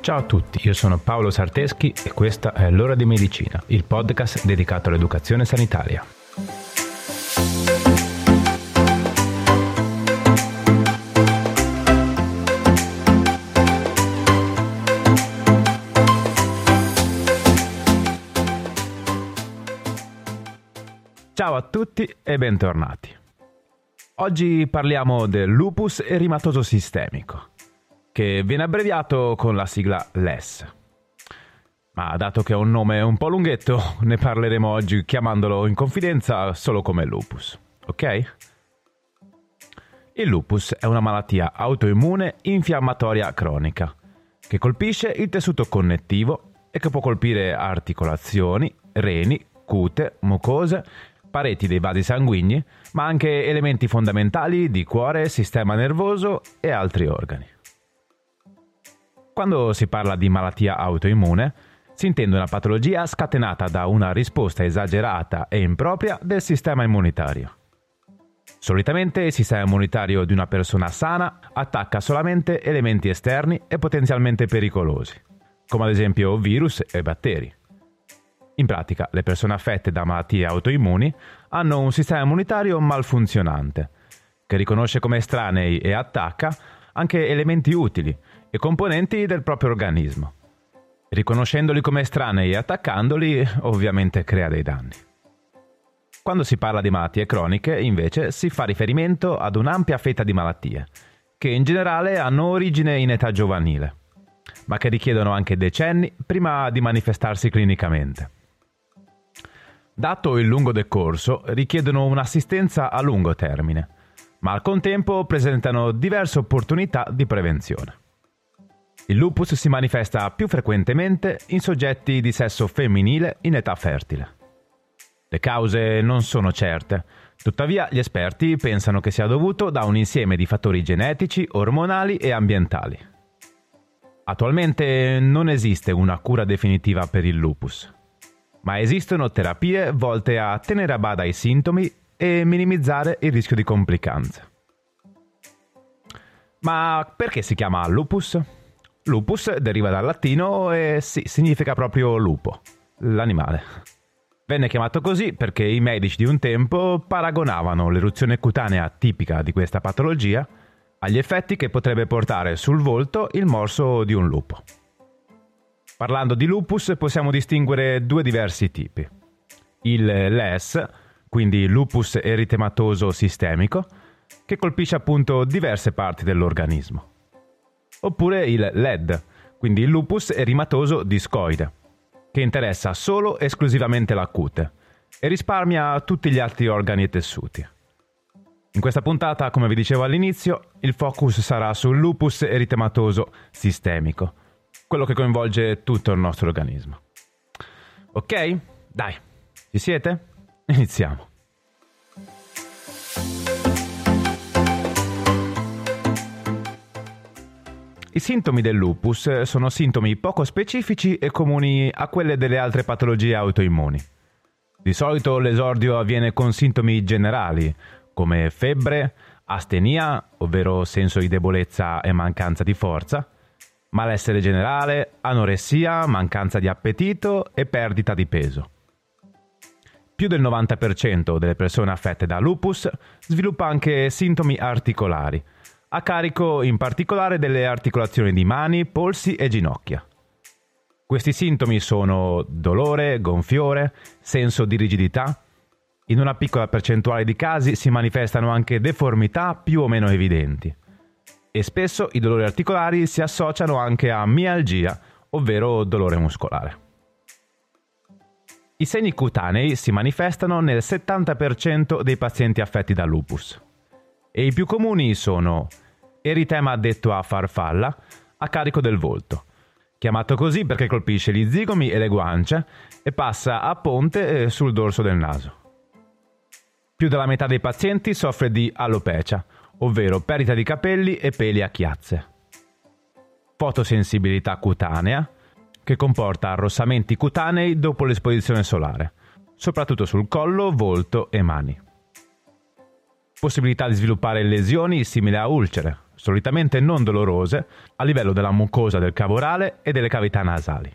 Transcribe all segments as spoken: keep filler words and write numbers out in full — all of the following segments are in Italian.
Ciao a tutti, io sono Paolo Sarteschi e questa è L'Ora di Medicina, il podcast dedicato all'educazione sanitaria. Ciao a tutti e bentornati. Oggi parliamo del lupus eritematoso sistemico, che viene abbreviato con la sigla L E S. Ma dato che è un nome un po' lunghetto, ne parleremo oggi chiamandolo in confidenza solo come lupus, ok? Il lupus è una malattia autoimmune infiammatoria cronica, che colpisce il tessuto connettivo e che può colpire articolazioni, reni, cute, mucose, pareti dei vasi sanguigni, ma anche elementi fondamentali di cuore, sistema nervoso e altri organi. Quando si parla di malattia autoimmune, si intende una patologia scatenata da una risposta esagerata e impropria del sistema immunitario. Solitamente il sistema immunitario di una persona sana attacca solamente elementi esterni e potenzialmente pericolosi, come ad esempio virus e batteri. In pratica, le persone affette da malattie autoimmuni hanno un sistema immunitario malfunzionante, che riconosce come estranei e attacca anche elementi utili e componenti del proprio organismo. Riconoscendoli come estranei e attaccandoli, ovviamente crea dei danni. Quando si parla di malattie croniche, invece, si fa riferimento ad un'ampia fetta di malattie, che in generale hanno origine in età giovanile, ma che richiedono anche decenni prima di manifestarsi clinicamente. Dato il lungo decorso, richiedono un'assistenza a lungo termine, ma al contempo presentano diverse opportunità di prevenzione. Il lupus si manifesta più frequentemente in soggetti di sesso femminile in età fertile. Le cause non sono certe, tuttavia gli esperti pensano che sia dovuto da un insieme di fattori genetici, ormonali e ambientali. Attualmente non esiste una cura definitiva per il lupus, ma esistono terapie volte a tenere a bada i sintomi e minimizzare il rischio di complicanze. Ma perché si chiama lupus? Lupus deriva dal latino e sì, significa proprio lupo, l'animale. Venne chiamato così perché i medici di un tempo paragonavano l'eruzione cutanea tipica di questa patologia agli effetti che potrebbe portare sul volto il morso di un lupo. Parlando di lupus possiamo distinguere due diversi tipi. Il L E S, quindi lupus eritematoso sistemico, che colpisce appunto diverse parti dell'organismo. Oppure il L E D, quindi il lupus eritematoso discoide, che interessa solo e esclusivamente la cute e risparmia tutti gli altri organi e tessuti. In questa puntata, come vi dicevo all'inizio, il focus sarà sul lupus eritematoso sistemico, quello che coinvolge tutto il nostro organismo. Ok? Dai, ci siete? Iniziamo. I sintomi del lupus sono sintomi poco specifici e comuni a quelle delle altre patologie autoimmuni. Di solito l'esordio avviene con sintomi generali, come febbre, astenia, ovvero senso di debolezza e mancanza di forza, malessere generale, anoressia, mancanza di appetito e perdita di peso. Più del novanta per cento delle persone affette da lupus sviluppa anche sintomi articolari, a carico in particolare delle articolazioni di mani, polsi e ginocchia. Questi sintomi sono dolore, gonfiore, senso di rigidità. In una piccola percentuale di casi si manifestano anche deformità più o meno evidenti. E spesso i dolori articolari si associano anche a mialgia, ovvero dolore muscolare. I segni cutanei si manifestano nel settanta per cento dei pazienti affetti da lupus. E i più comuni sono eritema detto a farfalla, a carico del volto, chiamato così perché colpisce gli zigomi e le guance e passa a ponte sul dorso del naso. Più della metà dei pazienti soffre di alopecia, ovvero perdita di capelli e peli a chiazze. Fotosensibilità cutanea, che comporta arrossamenti cutanei dopo l'esposizione solare, soprattutto sul collo, volto e mani. Possibilità di sviluppare lesioni simili a ulcere, solitamente non dolorose, a livello della mucosa del cavo orale e delle cavità nasali.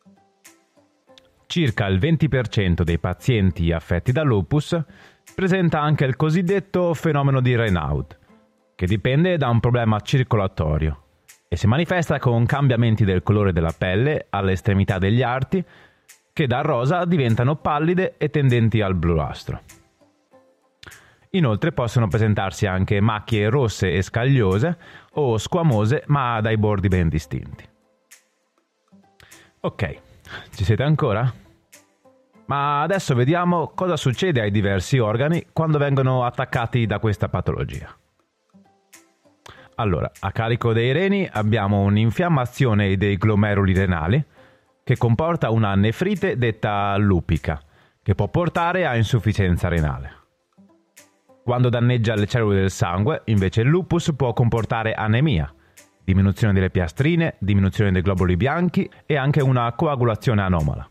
Circa il venti per cento dei pazienti affetti da lupus presenta anche il cosiddetto fenomeno di Raynaud, che dipende da un problema circolatorio e si manifesta con cambiamenti del colore della pelle alle estremità degli arti che da rosa diventano pallide e tendenti al bluastro. Inoltre possono presentarsi anche macchie rosse e scagliose o squamose ma dai bordi ben distinti. Ok, ci siete ancora? Ma adesso vediamo cosa succede ai diversi organi quando vengono attaccati da questa patologia. Allora, a carico dei reni abbiamo un'infiammazione dei glomeruli renali che comporta una nefrite detta lupica, che può portare a insufficienza renale. Quando danneggia le cellule del sangue, invece il lupus può comportare anemia, diminuzione delle piastrine, diminuzione dei globuli bianchi e anche una coagulazione anomala.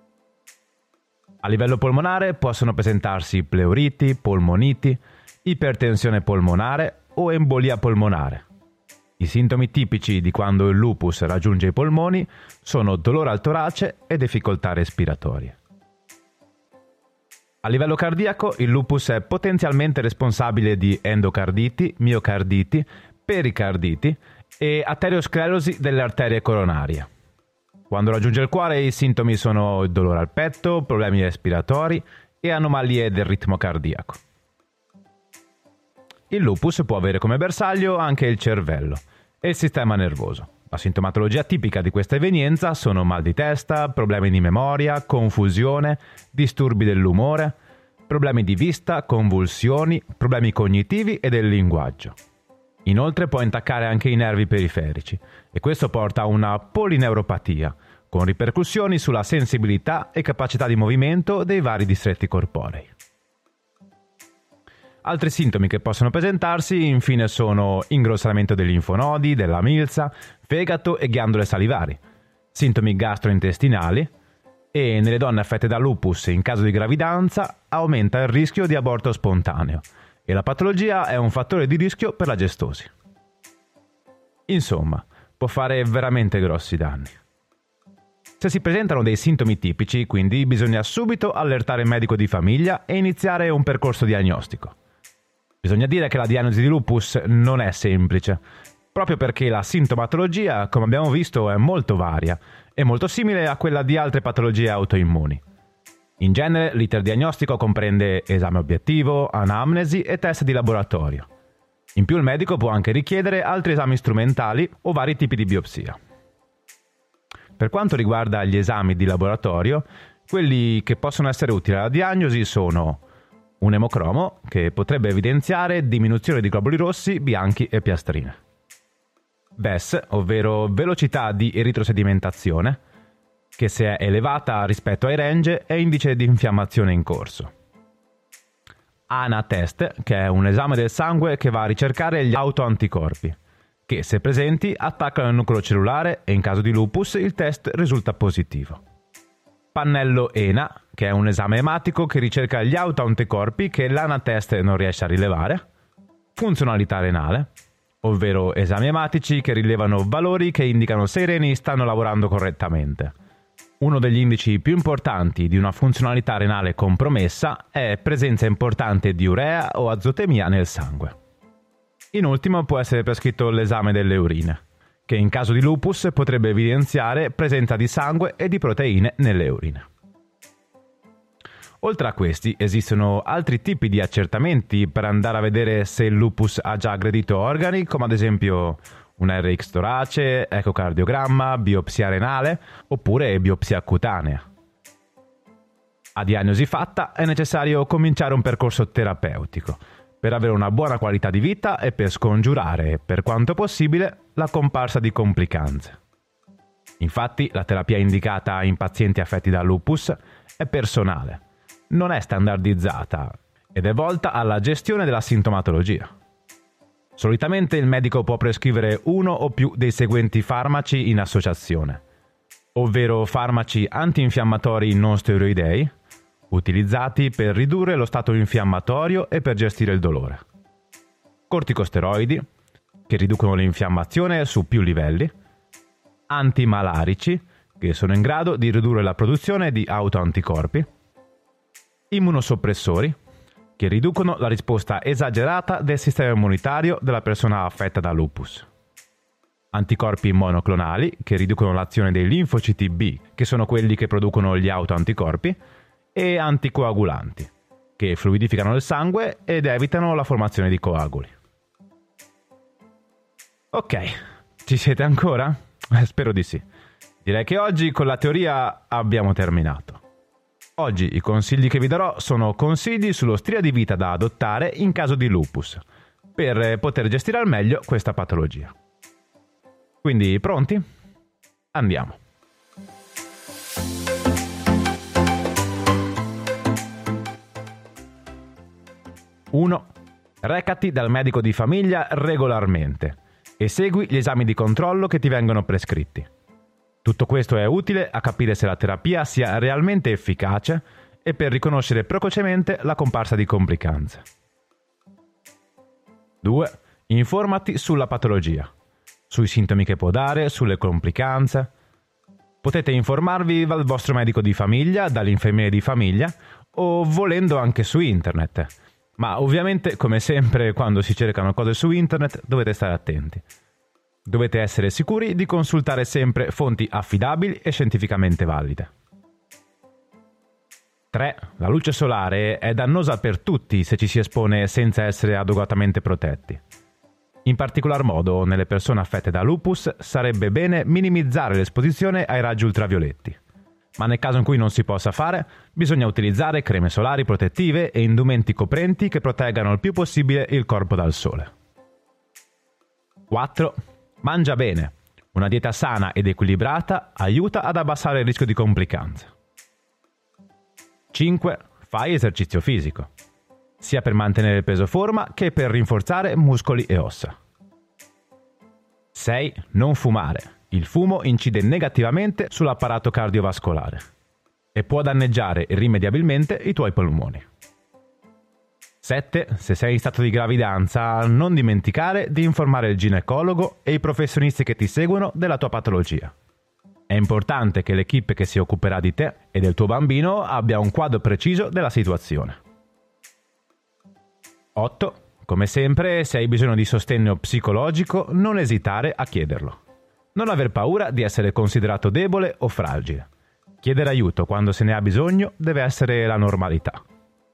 A livello polmonare possono presentarsi pleuriti, polmoniti, ipertensione polmonare o embolia polmonare. I sintomi tipici di quando il lupus raggiunge i polmoni sono dolore al torace e difficoltà respiratorie. A livello cardiaco, il lupus è potenzialmente responsabile di endocarditi, miocarditi, pericarditi e arteriosclerosi delle arterie coronarie. Quando raggiunge il cuore i sintomi sono dolore al petto, problemi respiratori e anomalie del ritmo cardiaco. Il lupus può avere come bersaglio anche il cervello e il sistema nervoso. La sintomatologia tipica di questa evenienza sono mal di testa, problemi di memoria, confusione, disturbi dell'umore, problemi di vista, convulsioni, problemi cognitivi e del linguaggio. Inoltre può intaccare anche i nervi periferici e questo porta a una polineuropatia, con ripercussioni sulla sensibilità e capacità di movimento dei vari distretti corporei. Altri sintomi che possono presentarsi infine sono ingrossamento degli linfonodi, della milza, fegato e ghiandole salivari, sintomi gastrointestinali e nelle donne affette da lupus in caso di gravidanza aumenta il rischio di aborto spontaneo e la patologia è un fattore di rischio per la gestosi. Insomma, può fare veramente grossi danni. Se si presentano dei sintomi tipici, quindi bisogna subito allertare il medico di famiglia e iniziare un percorso diagnostico. Bisogna dire che la diagnosi di lupus non è semplice, proprio perché la sintomatologia, come abbiamo visto, è molto varia e molto simile a quella di altre patologie autoimmuni. In genere l'iter diagnostico comprende esame obiettivo, anamnesi e test di laboratorio. In più il medico può anche richiedere altri esami strumentali o vari tipi di biopsia. Per quanto riguarda gli esami di laboratorio, quelli che possono essere utili alla diagnosi sono un emocromo, che potrebbe evidenziare diminuzione di globuli rossi, bianchi e piastrine. V E S, ovvero velocità di eritrosedimentazione, che se è elevata rispetto ai range è indice di infiammazione in corso. A N A test, che è un esame del sangue che va a ricercare gli autoanticorpi, che se presenti attaccano il nucleo cellulare e in caso di lupus il test risulta positivo. Pannello E N A, che è un esame ematico che ricerca gli autoanticorpi che l'A N A test non riesce a rilevare. Funzionalità renale, ovvero esami ematici che rilevano valori che indicano se i reni stanno lavorando correttamente. Uno degli indici più importanti di una funzionalità renale compromessa è presenza importante di urea o azotemia nel sangue. In ultimo può essere prescritto l'esame delle urine, che in caso di lupus potrebbe evidenziare presenza di sangue e di proteine nelle urine. Oltre a questi esistono altri tipi di accertamenti per andare a vedere se il lupus ha già aggredito organi, come ad esempio un R X torace, ecocardiogramma, biopsia renale oppure biopsia cutanea. A diagnosi fatta è necessario cominciare un percorso terapeutico per avere una buona qualità di vita e per scongiurare, per quanto possibile, la comparsa di complicanze. Infatti, la terapia indicata in pazienti affetti da lupus è personale, non è standardizzata ed è volta alla gestione della sintomatologia. Solitamente il medico può prescrivere uno o più dei seguenti farmaci in associazione, ovvero farmaci antinfiammatori non steroidei, utilizzati per ridurre lo stato infiammatorio e per gestire il dolore. Corticosteroidi, che riducono l'infiammazione su più livelli, antimalarici, che sono in grado di ridurre la produzione di autoanticorpi, immunosoppressori, che riducono la risposta esagerata del sistema immunitario della persona affetta da lupus, anticorpi monoclonali, che riducono l'azione dei linfociti B, che sono quelli che producono gli autoanticorpi, e anticoagulanti, che fluidificano il sangue ed evitano la formazione di coaguli. Ok, ci siete ancora? Eh, spero di sì. Direi che oggi con la teoria abbiamo terminato. Oggi i consigli che vi darò sono consigli sullo stile di vita da adottare in caso di lupus, per poter gestire al meglio questa patologia. Quindi pronti? Andiamo. uno. Recati dal medico di famiglia regolarmente e segui gli esami di controllo che ti vengono prescritti. Tutto questo è utile a capire se la terapia sia realmente efficace e per riconoscere precocemente la comparsa di complicanze. due. Informati sulla patologia, sui sintomi che può dare, sulle complicanze. Potete informarvi dal vostro medico di famiglia, dall'infermiere di famiglia o volendo anche su internet. Ma ovviamente, come sempre, quando si cercano cose su internet dovete stare attenti. Dovete essere sicuri di consultare sempre fonti affidabili e scientificamente valide. tre. La luce solare è dannosa per tutti se ci si espone senza essere adeguatamente protetti. In particolar modo, nelle persone affette da lupus sarebbe bene minimizzare l'esposizione ai raggi ultravioletti. Ma nel caso in cui non si possa fare, bisogna utilizzare creme solari protettive e indumenti coprenti che proteggano il più possibile il corpo dal sole. quattro. Mangia bene. Una dieta sana ed equilibrata aiuta ad abbassare il rischio di complicanze. cinque. Fai esercizio fisico, sia per mantenere il peso forma che per rinforzare muscoli e ossa. sei. Non fumare. Il fumo incide negativamente sull'apparato cardiovascolare e può danneggiare irrimediabilmente i tuoi polmoni. sette. Se sei in stato di gravidanza, non dimenticare di informare il ginecologo e i professionisti che ti seguono della tua patologia. È importante che l'equipe che si occuperà di te e del tuo bambino abbia un quadro preciso della situazione. otto. Come sempre, se hai bisogno di sostegno psicologico, non esitare a chiederlo. Non aver paura di essere considerato debole o fragile. Chiedere aiuto quando se ne ha bisogno deve essere la normalità.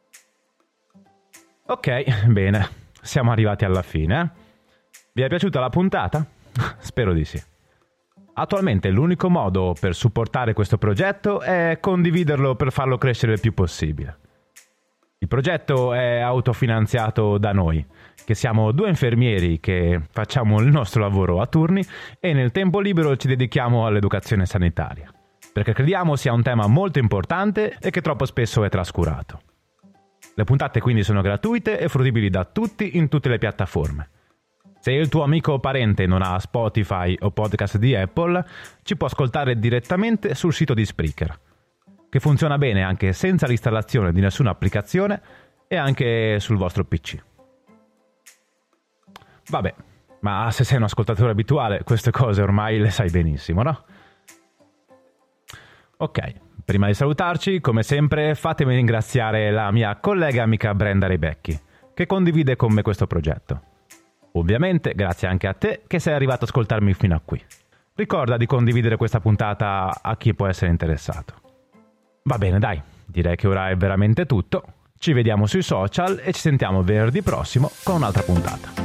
Ok, bene, siamo arrivati alla fine. Eh? Vi è piaciuta la puntata? Spero di sì. Attualmente l'unico modo per supportare questo progetto è condividerlo per farlo crescere il più possibile. Il progetto è autofinanziato da noi, che siamo due infermieri che facciamo il nostro lavoro a turni e nel tempo libero ci dedichiamo all'educazione sanitaria, perché crediamo sia un tema molto importante e che troppo spesso è trascurato. Le puntate quindi sono gratuite e fruibili da tutti in tutte le piattaforme. Se il tuo amico o parente non ha Spotify o podcast di Apple, ci può ascoltare direttamente sul sito di Spreaker, che funziona bene anche senza l'installazione di nessuna applicazione e anche sul vostro P C. Vabbè, ma se sei un ascoltatore abituale, queste cose ormai le sai benissimo, no? Ok, prima di salutarci, come sempre, fatemi ringraziare la mia collega amica Brenda Rebecchi, che condivide con me questo progetto. Ovviamente, grazie anche a te che sei arrivato ad ascoltarmi fino a qui. Ricorda di condividere questa puntata a chi può essere interessato. Va bene, dai, direi che ora è veramente tutto. Ci vediamo sui social e ci sentiamo venerdì prossimo con un'altra puntata.